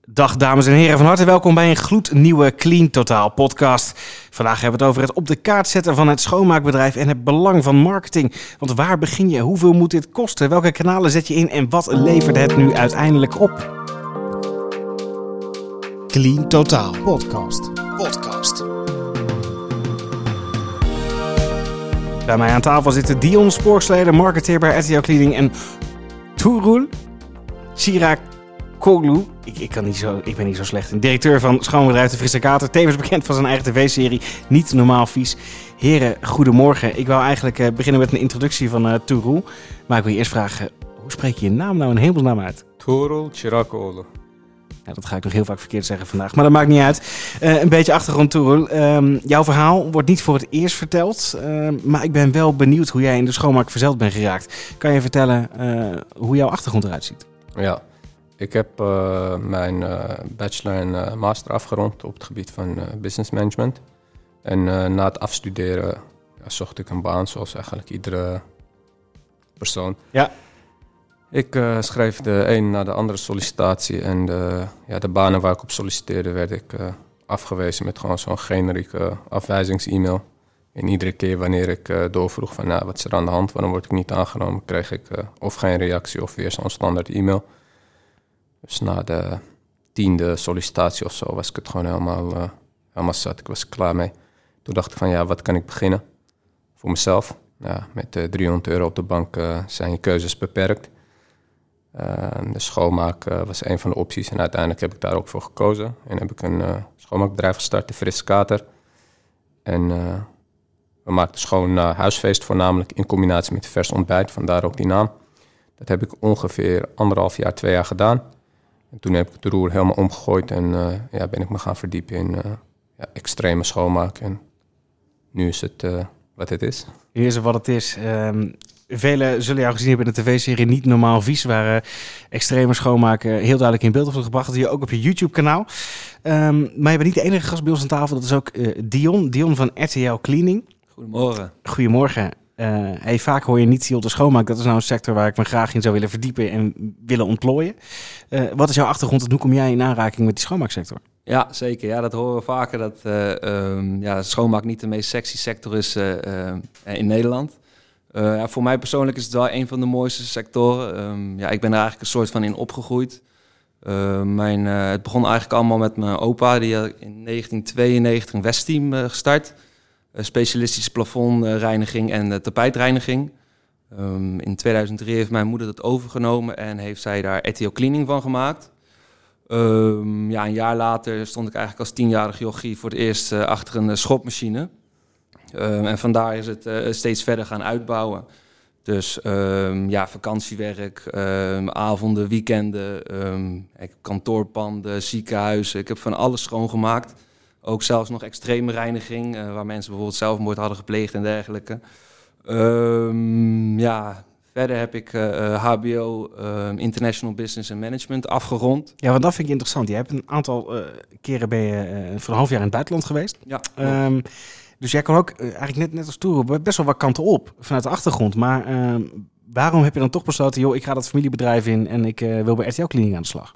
Dag dames en heren, van harte welkom bij een gloednieuwe Clean Totaal podcast. Vandaag hebben we het over het op de kaart zetten van het schoonmaakbedrijf en het belang van marketing. Want waar begin je? Hoeveel moet dit kosten? Welke kanalen zet je in en wat levert het nu uiteindelijk op? Clean Totaal podcast. Bij mij aan tafel zitten Dion Spoorslede, marketeer bij RTL Cleaning en Tuğrul Çirakoğlu. Ik ben niet zo slecht. Directeur van schoonbedrijf De Frisse Kater. Tevens bekend van zijn eigen tv-serie Niet Normaal Vies. Heren, goedemorgen. Ik wou eigenlijk beginnen met een introductie van Tuğrul. Maar ik wil je eerst vragen, hoe spreek je je naam nou in hemelsnaam uit? Tuğrul Çirakoğlu. Ja, dat ga ik nog heel vaak verkeerd zeggen vandaag, maar dat maakt niet uit. Een beetje achtergrond, Tuğrul. Jouw verhaal wordt niet voor het eerst verteld. Maar ik ben wel benieuwd hoe jij in de schoonmaak verzeild bent geraakt. Kan je vertellen hoe jouw achtergrond eruit ziet? Ja, ik heb mijn bachelor en master afgerond op het gebied van business management. En na het afstuderen zocht ik een baan, zoals eigenlijk iedere persoon. Ja. Ik schreef de een na de andere sollicitatie en de banen waar ik op solliciteerde werd ik afgewezen met gewoon zo'n generieke afwijzings-e-mail. En iedere keer wanneer ik doorvroeg van wat is er aan de hand, waarom word ik niet aangenomen, kreeg ik of geen reactie of weer zo'n standaard e-mail. Dus na de 10e sollicitatie of zo was ik het gewoon helemaal zat. Ik was er klaar mee. Toen dacht ik van wat kan ik beginnen voor mezelf? Ja, met €300 op de bank zijn je keuzes beperkt. De schoonmaak was een van de opties en uiteindelijk heb ik daar ook voor gekozen. En heb ik een schoonmaakbedrijf gestart, De Frisse Kater. En we maakten schoon huisfeest voornamelijk in combinatie met vers ontbijt, vandaar ook die naam. Dat heb ik ongeveer 1,5 jaar, 2 jaar gedaan. En toen heb ik het roer helemaal omgegooid en ben ik me gaan verdiepen in extreme schoonmaak. En nu is het wat het is. Nu is het wat het is. Velen zullen jou gezien hebben in de tv-serie Niet Normaal Vies, waar extreme schoonmaken heel duidelijk in beeld wordt gebracht. Dat zie je ook op je YouTube-kanaal. Maar je bent niet de enige gast bij ons aan tafel. Dat is ook Dion van RTL Cleaning. Goedemorgen. Goedemorgen. Vaak hoor je niet ziel de schoonmaak. Dat is nou een sector waar ik me graag in zou willen verdiepen en willen ontplooien. Wat is jouw achtergrond en hoe kom jij in aanraking met die schoonmaaksector? Ja, zeker. Ja, dat horen we vaker. Dat schoonmaak niet de meest sexy sector is in Nederland. Voor mij persoonlijk is het wel een van de mooiste sectoren. Ik ben er eigenlijk een soort van in opgegroeid. Het begon eigenlijk allemaal met mijn opa. Die had in 1992 een Westteam gestart. Specialistische plafondreiniging en tapijtreiniging. In 2003 heeft mijn moeder dat overgenomen en heeft zij daar RTL Cleaning van gemaakt. Een jaar later stond ik eigenlijk als 10-jarig jochie voor het eerst achter een schopmachine. En vandaar is het steeds verder gaan uitbouwen. Dus vakantiewerk, avonden, weekenden, kantoorpanden, ziekenhuizen. Ik heb van alles schoongemaakt. Ook zelfs nog extreme reiniging, waar mensen bijvoorbeeld zelfmoord hadden gepleegd en dergelijke. Verder heb ik HBO, International Business and Management, afgerond. Ja, want dat vind ik interessant. Je hebt een aantal keren ben je voor een half jaar in het buitenland geweest. Ja. Dus jij kan ook eigenlijk net als Tuğrul best wel wat kanten op vanuit de achtergrond. Maar waarom heb je dan toch besloten, ik ga dat familiebedrijf in en ik wil bij RTL Cleaning aan de slag?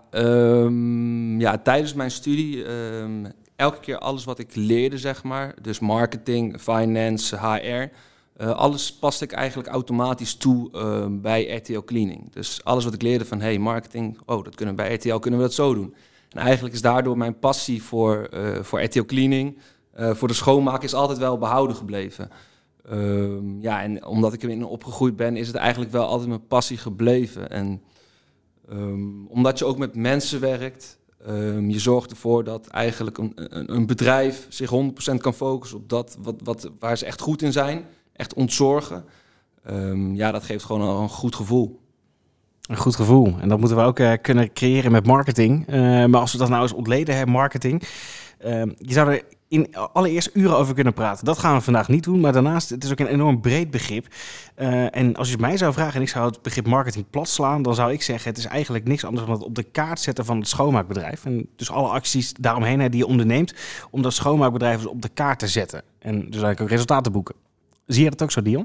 Tijdens mijn studie, elke keer alles wat ik leerde, zeg maar, dus marketing, finance, HR, alles paste ik eigenlijk automatisch toe bij RTL Cleaning. Dus alles wat ik leerde van, marketing, dat kunnen we bij RTL kunnen we dat zo doen. En eigenlijk is daardoor mijn passie voor RTL Cleaning, voor de schoonmaak, is altijd wel behouden gebleven. En omdat ik erin opgegroeid ben, is het eigenlijk wel altijd mijn passie gebleven. En omdat je ook met mensen werkt, je zorgt ervoor dat eigenlijk een bedrijf zich 100% kan focussen op dat waar ze echt goed in zijn. Echt ontzorgen. Dat geeft gewoon een goed gevoel. Een goed gevoel. En dat moeten we ook kunnen creëren met marketing. Maar als we dat nou eens ontleden hebben, marketing. Je zou er in allereerst uren over kunnen praten. Dat gaan we vandaag niet doen. Maar daarnaast, het is ook een enorm breed begrip. En als je het mij zou vragen en ik zou het begrip marketing plat slaan, dan zou ik zeggen, het is eigenlijk niks anders dan het op de kaart zetten van het schoonmaakbedrijf. En dus alle acties daaromheen die je onderneemt om dat schoonmaakbedrijf op de kaart te zetten. En dus eigenlijk ook resultaten boeken. Zie je dat ook zo, Dion?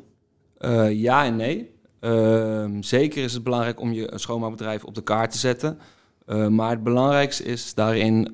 Ja en nee. Zeker is het belangrijk om je schoonmaakbedrijf op de kaart te zetten. Maar het belangrijkste is daarin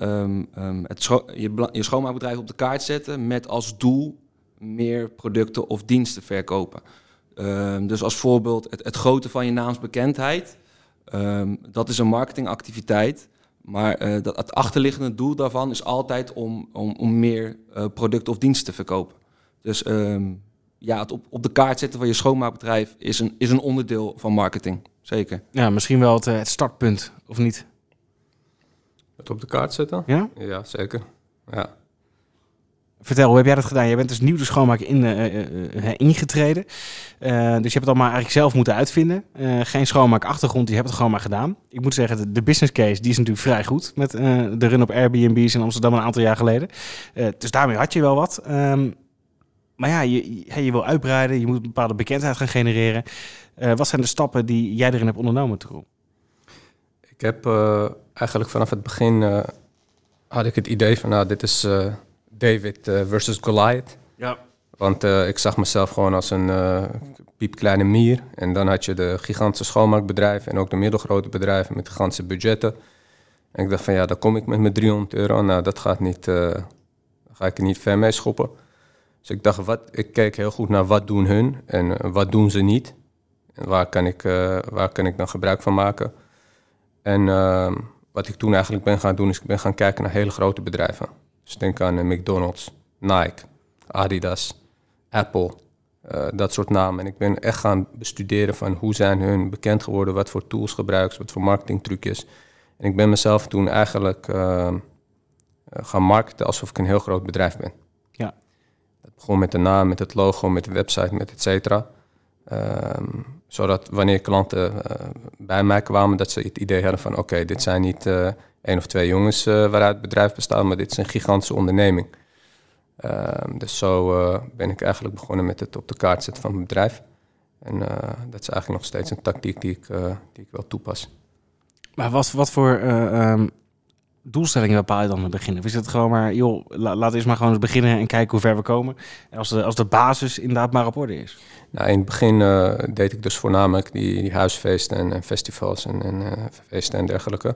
je schoonmaakbedrijf op de kaart zetten met als doel meer producten of diensten verkopen. Dus als voorbeeld het groten van je naamsbekendheid. Dat is een marketingactiviteit. Maar het achterliggende doel daarvan is altijd om meer producten of diensten te verkopen. Dus het op de kaart zetten van je schoonmaakbedrijf is een onderdeel van marketing. Zeker. Ja, misschien wel het startpunt, of niet? Het op de kaart zetten? Ja? Ja, zeker. Ja. Vertel, hoe heb jij dat gedaan? Jij bent dus nieuw de schoonmaak ingetreden. Dus je hebt het allemaal eigenlijk zelf moeten uitvinden. Geen schoonmaakachtergrond, je hebt het gewoon maar gedaan. Ik moet zeggen, de business case die is natuurlijk vrij goed. Met de run op Airbnb's in Amsterdam een aantal jaar geleden. Dus daarmee had je wel wat. Maar ja, je wil uitbreiden. Je moet een bepaalde bekendheid gaan genereren. Wat zijn de stappen die jij erin hebt ondernomen, Tyrell? Ik heb eigenlijk vanaf het begin had ik het idee van, dit is David versus Goliath. Ja. Want ik zag mezelf gewoon als een piepkleine mier. En dan had je de gigantische schoonmaakbedrijven en ook de middelgrote bedrijven met gigantische budgetten. En ik dacht van, daar kom ik met mijn €300. Nou, dat gaat niet, ga ik er niet ver mee schoppen. Dus ik dacht, ik keek heel goed naar wat doen hun en wat doen ze niet. En waar kan ik dan gebruik van maken. En wat ik toen eigenlijk ben gaan doen, is ik ben gaan kijken naar hele grote bedrijven. Dus denk aan McDonald's, Nike, Adidas, Apple, dat soort namen. En ik ben echt gaan bestuderen van hoe zijn hun bekend geworden, wat voor tools gebruiken ze, wat voor marketingtrucjes. En ik ben mezelf toen eigenlijk gaan marketen alsof ik een heel groot bedrijf ben. Ja. Dat begon met de naam, met het logo, met de website, met et cetera. Zodat wanneer klanten bij mij kwamen, dat ze het idee hadden van oké, dit zijn niet 1 of 2 jongens waaruit het bedrijf bestaat, maar dit is een gigantische onderneming. Dus zo ben ik eigenlijk begonnen met het op de kaart zetten van mijn bedrijf. En dat is eigenlijk nog steeds een tactiek die ik wel toepas. Maar wat voor doelstellingen bepaal je dan in het begin? Of is het gewoon maar, joh, laten we eerst maar gewoon eens beginnen en kijken hoe ver we komen. En als de basis inderdaad maar op orde is. Nou, in het begin deed ik dus voornamelijk die huisfeesten en festivals en feesten en dergelijke.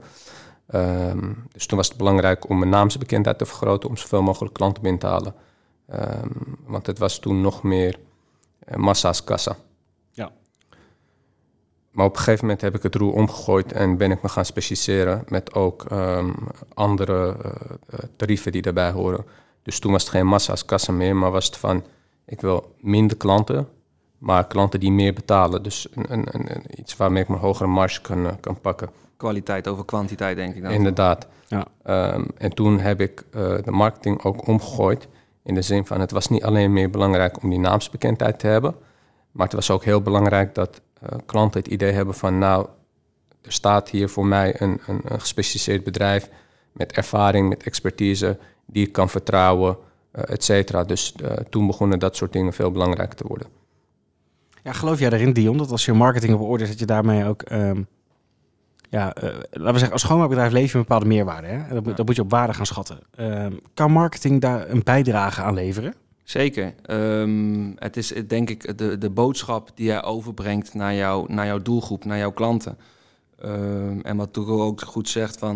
Dus toen was het belangrijk om mijn naamsbekendheid te vergroten, om zoveel mogelijk klanten binnen te halen. Want het was toen nog meer massa's kassa. Ja. Maar op een gegeven moment heb ik het roer omgegooid en ben ik me gaan specialiseren met ook andere tarieven die daarbij horen. Dus toen was het geen massa's kassa meer, maar was het van, ik wil minder klanten, maar klanten die meer betalen. Dus iets waarmee ik mijn hogere marge kan pakken. Kwaliteit over kwantiteit, denk ik dan. Inderdaad. Ja. En toen heb ik de marketing ook omgegooid. In de zin van, het was niet alleen meer belangrijk om die naamsbekendheid te hebben, maar het was ook heel belangrijk dat klanten het idee hebben van, nou, er staat hier voor mij een gespecialiseerd bedrijf met ervaring, met expertise, die ik kan vertrouwen, et cetera. Dus toen begonnen dat soort dingen veel belangrijker te worden. Ja, geloof jij erin, Dion, dat als je marketing op orde zet, je daarmee ook, laten we zeggen, als schoonmaakbedrijf leef je een bepaalde meerwaarde. Hè? Dat moet je op waarde gaan schatten. Kan marketing daar een bijdrage aan leveren? Zeker. Het is denk ik de boodschap die jij overbrengt naar jouw doelgroep, naar jouw klanten. En wat Tyrell ook goed zegt van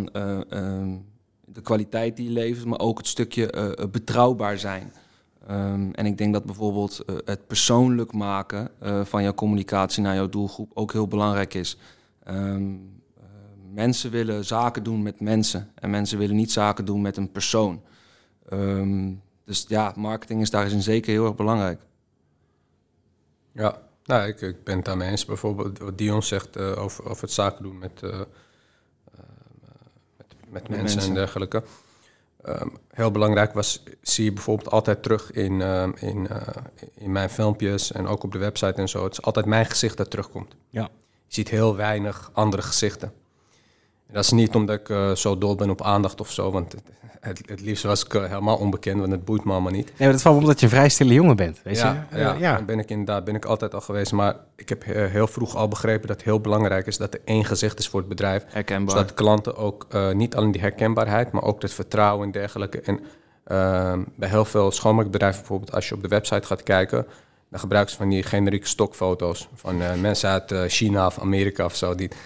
de kwaliteit die je levert, maar ook het stukje betrouwbaar zijn. En ik denk dat bijvoorbeeld het persoonlijk maken van jouw communicatie naar jouw doelgroep ook heel belangrijk is. Mensen willen zaken doen met mensen en mensen willen niet zaken doen met een persoon. Dus ja, marketing is daarin zeker heel erg belangrijk. Ja, nou, ik ben het daarmee eens. Bijvoorbeeld wat Dion zegt over het zaken doen met mensen en dergelijke. Heel belangrijk zie je bijvoorbeeld altijd terug in mijn filmpjes en ook op de website en zo. Het is altijd mijn gezicht dat terugkomt. Ja. Je ziet heel weinig andere gezichten. En dat is niet omdat ik zo dol ben op aandacht of zo, want het liefst was ik helemaal onbekend, want het boeit me allemaal niet. Nee, maar dat valt me op dat je een vrij stille jongen bent, weet je? Ja. Ben ik altijd al geweest. Maar ik heb heel vroeg al begrepen dat het heel belangrijk is dat er één gezicht is voor het bedrijf. Herkenbaar. Zodat klanten ook niet alleen die herkenbaarheid, maar ook het vertrouwen en dergelijke. En bij heel veel schoonmaakbedrijven bijvoorbeeld, als je op de website gaat kijken, dan gebruiken ze van die generieke stokfoto's van mensen uit China of Amerika of zo.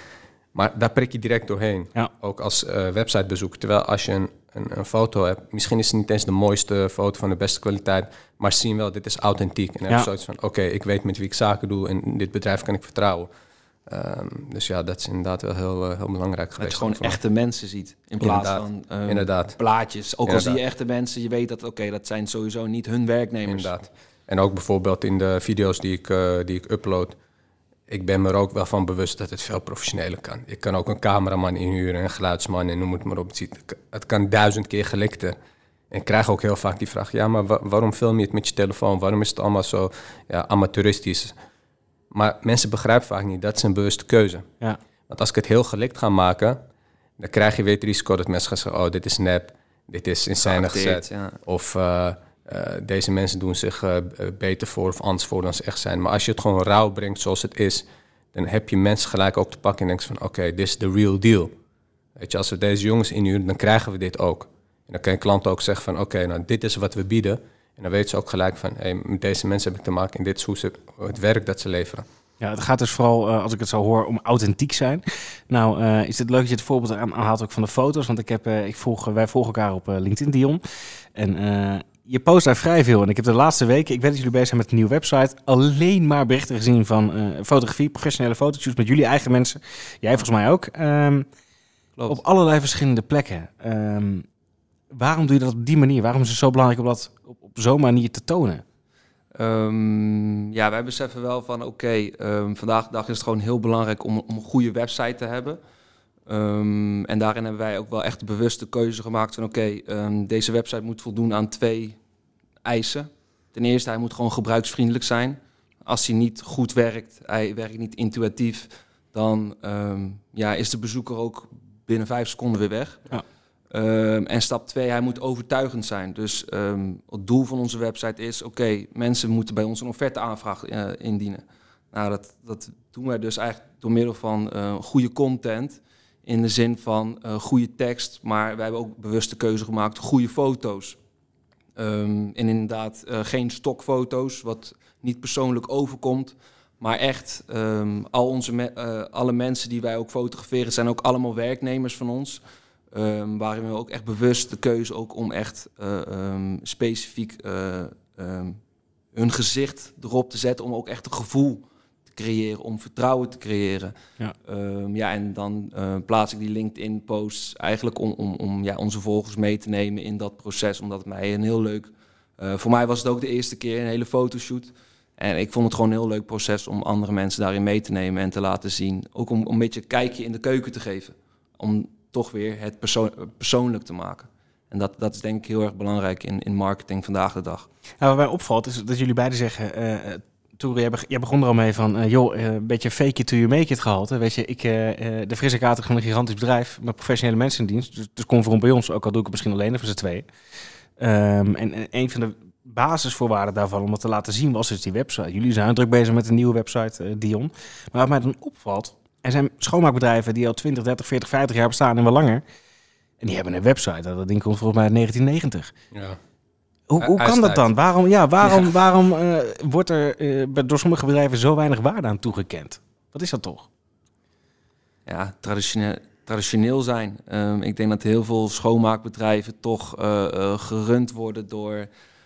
Maar daar prik je direct doorheen. Ja. Ook als websitebezoeker. Terwijl als je een foto hebt, misschien is het niet eens de mooiste foto van de beste kwaliteit, maar zien wel, dit is authentiek. En dan heb je zoiets van, oké, ik weet met wie ik zaken doe en dit bedrijf kan ik vertrouwen. Dus ja, dat is inderdaad wel heel belangrijk geweest. Dat je gewoon echte mensen ziet in plaats van plaatjes. Ook al zie je echte mensen, je weet dat dat zijn sowieso niet hun werknemers. Inderdaad. En ook bijvoorbeeld in de video's die ik upload, ik ben me er ook wel van bewust dat het veel professioneler kan. Ik kan ook een cameraman inhuren, een geluidsman en noem het maar op. Het kan 1000 keer gelikter. En ik krijg ook heel vaak die vraag, ja, maar waarom film je het met je telefoon? Waarom is het allemaal zo amateuristisch? Maar mensen begrijpen vaak niet, dat is een bewuste keuze. Ja. Want als ik het heel gelikt ga maken, dan krijg je weer het risico dat mensen gaan zeggen, oh, dit is nep, dit is in scène gezet. Ja. Of deze mensen doen zich beter voor of anders voor dan ze echt zijn. Maar als je het gewoon rauw brengt zoals het is, dan heb je mensen gelijk ook te pakken en denk van, oké, dit is de real deal. Weet je, als we deze jongens inhuren, dan krijgen we dit ook. En dan kan je klant ook zeggen van, oké, nou, dit is wat we bieden. En dan weten ze ook gelijk van, hey, met deze mensen heb ik te maken en dit is hoe het werk dat ze leveren. Ja, het gaat dus vooral, als ik het zo hoor, om authentiek zijn. Nou, is het leuk dat je het voorbeeld aanhaalt ook van de foto's. Want wij volgen elkaar op LinkedIn, Dion. En je post daar vrij veel. En ik heb de laatste weken, ik weet dat jullie bezig zijn met een nieuwe website, alleen maar berichten gezien van fotografie, professionele fotoshoots met jullie eigen mensen. Jij volgens mij ook. Op allerlei verschillende plekken. Waarom doe je dat op die manier? Waarom is het zo belangrijk om dat op zo'n manier te tonen? Wij beseffen wel van vandaag de dag is het gewoon heel belangrijk om een goede website te hebben. En daarin hebben wij ook wel echt de bewuste keuze gemaakt van deze website moet voldoen aan 2 eisen. Ten eerste, hij moet gewoon gebruiksvriendelijk zijn. Als hij niet goed werkt, hij werkt niet intuïtief, dan is de bezoeker ook binnen 5 seconden weer weg. Ja. En stap 2, hij moet overtuigend zijn. Dus het doel van onze website is, mensen moeten bij ons een offerte-aanvraag indienen. Nou, dat doen wij dus eigenlijk door middel van goede content, in de zin van goede tekst, maar wij hebben ook bewust de keuze gemaakt, goede foto's. En inderdaad geen stokfoto's, wat niet persoonlijk overkomt, maar echt alle mensen die wij ook fotograferen zijn ook allemaal werknemers van ons. Waarin we ook echt bewust de keuze ook om echt specifiek hun gezicht erop te zetten, om ook echt een gevoel te creëren, om vertrouwen te creëren. Ja. En dan plaats ik die LinkedIn-posts eigenlijk om onze volgers mee te nemen in dat proces, omdat het mij een heel leuk... voor mij was het ook de eerste keer een hele fotoshoot. En ik vond het gewoon een heel leuk proces om andere mensen daarin mee te nemen en te laten zien. Ook om een beetje een kijkje in de keuken te geven. Om toch weer het persoonlijk te maken. En dat is denk ik heel erg belangrijk in marketing vandaag de dag. Nou, wat mij opvalt is dat jullie beiden zeggen... Toere, jij begon er al mee van... een beetje fake it till you make it gehalte. Weet je, de Frisse Kaart is gewoon een gigantisch bedrijf... met professionele mensen in dienst. Dus kom voor bij ons, ook al doe ik het misschien alleen of z'n tweeën. En een van de basisvoorwaarden daarvan... om dat te laten zien was dus die website. Jullie zijn druk bezig met een nieuwe website, Dion. Maar wat mij dan opvalt... Er zijn schoonmaakbedrijven die al 20, 30, 40, 50 jaar bestaan en wel langer. En die hebben een website. Dat ding komt volgens mij uit 1990. Ja. Hoe kan dat dan? Waarom wordt er door sommige bedrijven zo weinig waarde aan toegekend? Wat is dat toch? Ja, traditioneel zijn. Ik denk dat heel veel schoonmaakbedrijven toch gerund worden door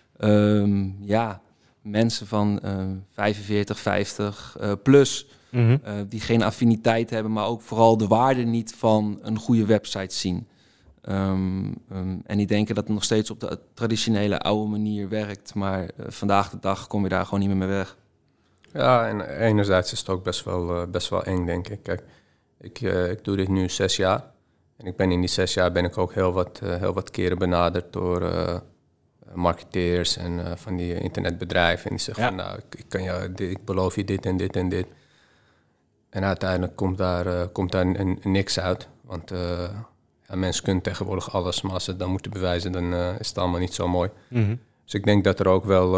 mensen van 45, 50 plus... die geen affiniteit hebben, maar ook vooral de waarde niet van een goede website zien. En die denken dat het nog steeds op de traditionele oude manier werkt, maar vandaag de dag kom je daar gewoon niet meer mee weg. Ja, en enerzijds is het ook best wel eng, denk ik. Kijk, ik doe dit nu 6 jaar. En in die 6 jaar ben ik ook heel wat keren benaderd door marketeers en van die internetbedrijven. En die zeggen van, nou, ik beloof je dit en dit en dit. En uiteindelijk komt daar niks uit. Want mensen kunnen tegenwoordig alles, maar als ze het dan moeten bewijzen, dan is het allemaal niet zo mooi. Mm-hmm. Dus ik denk dat er ook wel...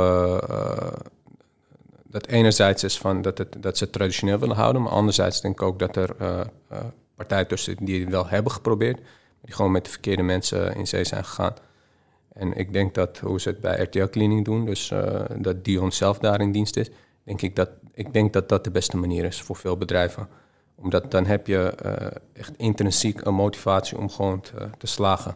dat enerzijds is van dat ze het traditioneel willen houden, maar anderzijds denk ik ook dat er partijen tussen die het wel hebben geprobeerd, maar die gewoon met de verkeerde mensen in zee zijn gegaan. En ik denk dat, hoe ze het bij RTL Cleaning doen, dus dat Dion zelf daar in dienst is, ik denk dat dat de beste manier is voor veel bedrijven Omdat dan heb je echt intrinsiek een motivatie om gewoon te slagen.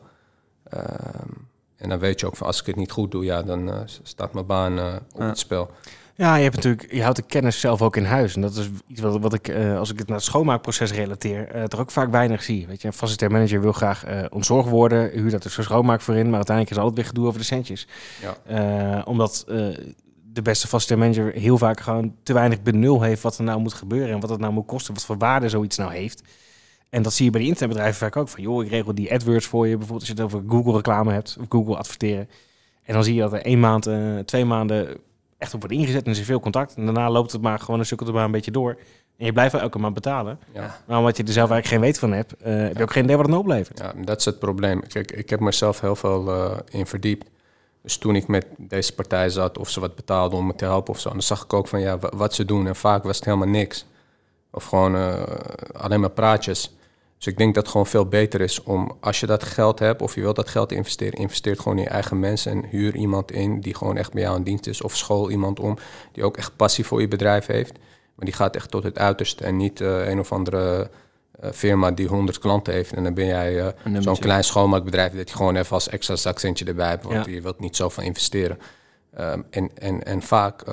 En dan weet je ook van als ik het niet goed doe, ja, dan staat mijn baan op het spel. Ja, je houdt de kennis zelf ook in huis. En dat is iets wat ik, als ik het naar het schoonmaakproces relateer, toch ook vaak weinig zie. Weet je, een facilitair manager wil graag ontzorgd worden, huur dat dus voor schoonmaak voor in, maar uiteindelijk is altijd weer gedoe over de centjes. Ja. Omdat de beste facilitair manager heel vaak gewoon te weinig benul heeft wat er nou moet gebeuren en wat het nou moet kosten, wat voor waarde zoiets nou heeft. En dat zie je bij de internetbedrijven vaak ook. Van joh, ik regel die AdWords voor je. Bijvoorbeeld als je het over Google reclame hebt. Of Google adverteren. En dan zie je dat er 1 maand, 2 maanden echt op wordt ingezet. En er is veel contact. En daarna loopt het maar gewoon een beetje door. En je blijft wel elke maand betalen. Ja. Maar omdat je er zelf eigenlijk geen weet van hebt, heb je ook geen idee wat het oplevert. Ja, dat is het probleem. Kijk, ik heb mezelf heel veel in verdiept. Dus toen ik met deze partij zat of ze wat betaalden om me te helpen of zo. Dan zag ik ook van ja, wat ze doen. En vaak was het helemaal niks. Of gewoon alleen maar praatjes. Dus ik denk dat het gewoon veel beter is om, als je dat geld hebt of je wilt dat geld investeren, investeer gewoon in je eigen mensen en huur iemand in die gewoon echt bij jou in dienst is. Of school iemand om die ook echt passie voor je bedrijf heeft. Maar die gaat echt tot het uiterste en niet een of andere firma die 100 klanten heeft. En dan ben jij zo'n klein schoonmaakbedrijf dat je gewoon even als extra zakcentje erbij hebt, want je wilt niet zoveel investeren. En vaak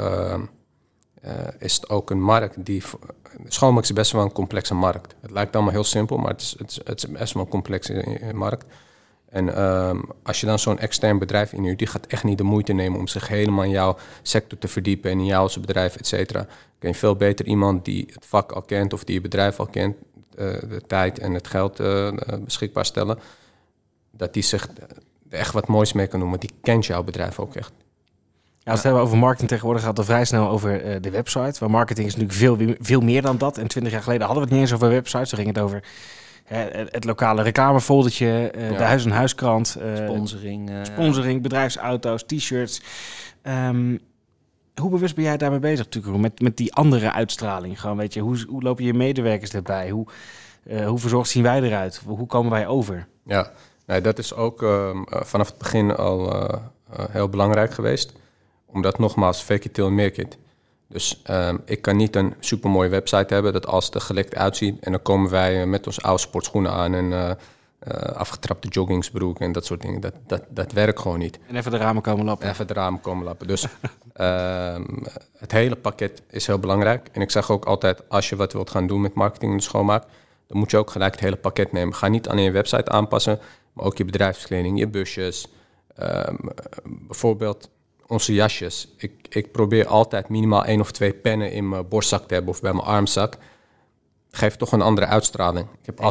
is het ook een markt die... Schoonmaak is best wel een complexe markt. Het lijkt allemaal heel simpel, maar het is best wel een complexe markt. En als je dan zo'n extern bedrijf inhuurt, die gaat echt niet de moeite nemen om zich helemaal in jouw sector te verdiepen en in jou als bedrijf, et cetera. Kun je veel beter iemand die het vak al kent of die je bedrijf al kent, de tijd en het geld beschikbaar stellen, dat die zich er echt wat moois mee kan doen, want die kent jouw bedrijf ook echt. Ja, als we het hebben over marketing tegenwoordig gaat het vrij snel over de website. Maar marketing is natuurlijk veel meer dan dat. En 20 jaar geleden hadden we het niet eens over websites. Toen ging het over het lokale reclamefoldertje, de huis-en-huiskrant. Sponsoring, bedrijfsauto's, t-shirts. Hoe bewust ben jij daarmee bezig, natuurlijk, met die andere uitstraling? Gewoon, weet je, hoe lopen je medewerkers erbij? Hoe verzorgd zien wij eruit? Hoe komen wij over? Ja, nee, dat is ook vanaf het begin al heel belangrijk geweest. Omdat nogmaals, fake it till make it. Dus ik kan niet een supermooie website hebben dat als het er gelekt uitziet. En dan komen wij met onze oude sportschoenen aan en afgetrapte joggingsbroek en dat soort dingen. Dat werkt gewoon niet. En even de ramen komen lappen. Dus het hele pakket is heel belangrijk. En ik zeg ook altijd, als je wat wilt gaan doen met marketing en de schoonmaak, dan moet je ook gelijk het hele pakket nemen. Ga niet alleen je website aanpassen, maar ook je bedrijfskleding, je busjes. Bijvoorbeeld onze jasjes. Ik probeer altijd minimaal 1 of 2 pennen in mijn borstzak te hebben of bij mijn armzak. Geeft toch een andere uitstraling.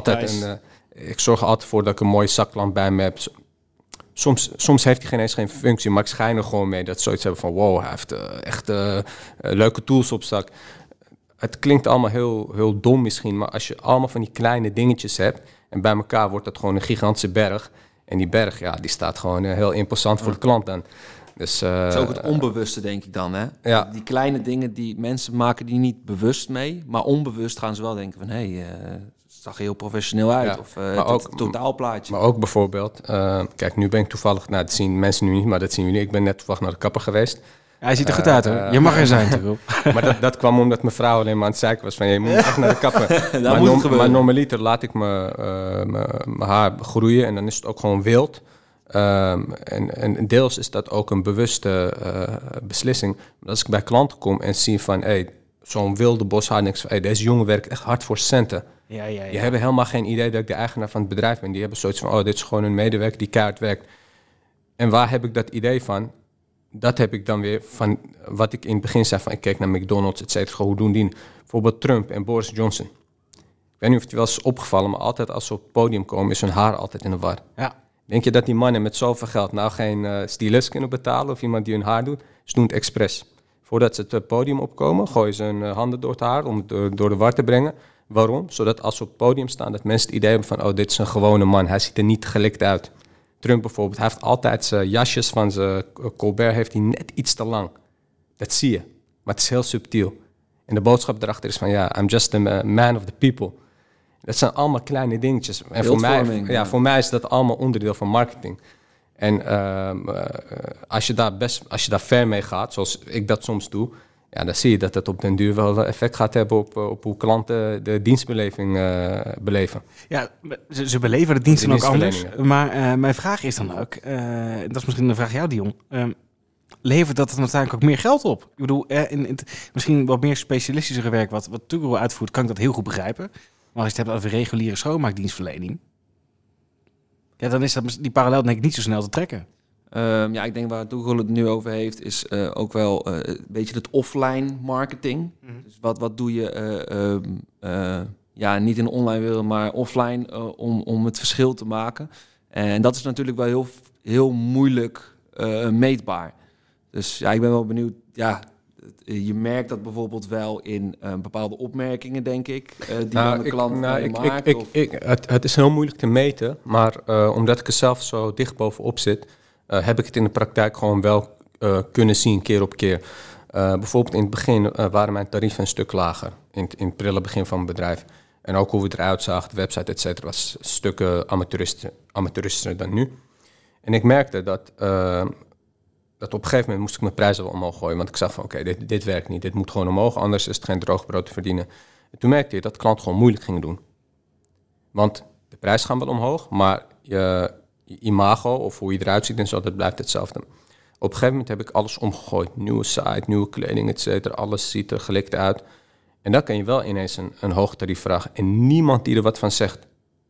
Ik zorg er altijd voor dat ik een mooie zaklamp bij me heb. Soms heeft hij geen functie, maar ik schijn er gewoon mee dat ze zoiets hebben van wow, hij heeft echt leuke tools op zak. Het klinkt allemaal heel, heel dom misschien, maar als je allemaal van die kleine dingetjes hebt en bij elkaar wordt dat gewoon een gigantische berg. En die berg, ja, die staat gewoon heel imposant voor de klant dan. Dus, dat is ook het onbewuste, denk ik dan. Hè? Ja. Die kleine dingen die mensen maken die niet bewust mee, maar onbewust gaan ze wel denken van het zag er heel professioneel uit. Ja, of het totaalplaatje. Maar ook bijvoorbeeld, kijk, nu ben ik toevallig, dat zien mensen nu niet, maar dat zien jullie. Ik ben net toevallig naar de kapper geweest. Ja, hij ziet er goed uit, hoor. Je mag er zijn, toch? Maar dat kwam omdat mijn vrouw alleen maar aan het zeiken was van je moet echt naar de kapper. Maar normaliter laat ik mijn haar groeien en dan is het ook gewoon wild. En deels is dat ook een bewuste beslissing. Maar als ik bij klanten kom en zie van zo'n wilde boshaar, denk ik van deze jongen werkt echt hard voor centen. Ja. Die hebben helemaal geen idee dat ik de eigenaar van het bedrijf ben. Die hebben zoiets van dit is gewoon een medewerker die keihard werkt. En waar heb ik dat idee van? Dat heb ik dan weer van wat ik in het begin zei van ik keek naar McDonald's, et cetera. Hoe doen die? Bijvoorbeeld Trump en Boris Johnson. Ik weet niet of het wel eens opgevallen, maar altijd als ze op het podium komen is hun haar altijd in de war. Ja. Denk je dat die mannen met zoveel geld nou geen stylist kunnen betalen of iemand die hun haar doet? Ze doen het expres. Voordat ze het podium opkomen, gooien ze hun handen door het haar om het door de war te brengen. Waarom? Zodat als ze op het podium staan, dat mensen het idee hebben van dit is een gewone man. Hij ziet er niet gelikt uit. Trump bijvoorbeeld, hij heeft altijd zijn jasjes van zijn Colbert heeft hij net iets te lang. Dat zie je. Maar het is heel subtiel. En de boodschap erachter is van I'm just a man of the people. Dat zijn allemaal kleine dingetjes. En voor mij is dat allemaal onderdeel van marketing. En als je daar ver mee gaat, zoals ik dat soms doe, Ja, dan zie je dat het op den duur wel effect gaat hebben op hoe klanten de dienstbeleving beleven. Ja, ze beleven de diensten ook anders. Maar mijn vraag is dan ook, dat is misschien een vraag aan jou, Dion. Levert dat dan uiteindelijk ook meer geld op? Ik bedoel, misschien wat meer specialistische werk wat Tugro uitvoert, kan ik dat heel goed begrijpen. Maar als je het hebt over reguliere schoonmaakdienstverlening, ja, dan is dat die parallel denk ik niet zo snel te trekken. Ik denk waar Tugro het nu over heeft, is ook wel een beetje het offline marketing. Mm-hmm. Dus wat doe je, niet in de online wereld, maar offline, om het verschil te maken. En dat is natuurlijk wel heel moeilijk meetbaar. Dus ja, ik ben wel benieuwd. Ja, je merkt dat bijvoorbeeld wel in bepaalde opmerkingen, denk ik, die dan de klant maakt. Het is heel moeilijk te meten, maar omdat ik er zelf zo dicht bovenop zit, heb ik het in de praktijk gewoon wel kunnen zien, keer op keer. Bijvoorbeeld in het begin waren mijn tarieven een stuk lager, in het prille begin van mijn bedrijf. En ook hoe we eruit zagen, de website, et cetera, was stukken amateuristischer dan nu. En ik merkte dat op een gegeven moment moest ik mijn prijzen wel omhoog gooien. Want ik zag van oké, dit werkt niet. Dit moet gewoon omhoog, anders is het geen droog brood te verdienen. En toen merkte je dat klanten gewoon moeilijk gingen doen. Want de prijs gaan wel omhoog, maar je imago of hoe je eruit ziet en zo, dat blijft hetzelfde. Op een gegeven moment heb ik alles omgegooid. Nieuwe site, nieuwe kleding, et cetera. Alles ziet er gelikt uit. En dan kan je wel ineens een hoog tarief vragen. En niemand die er wat van zegt.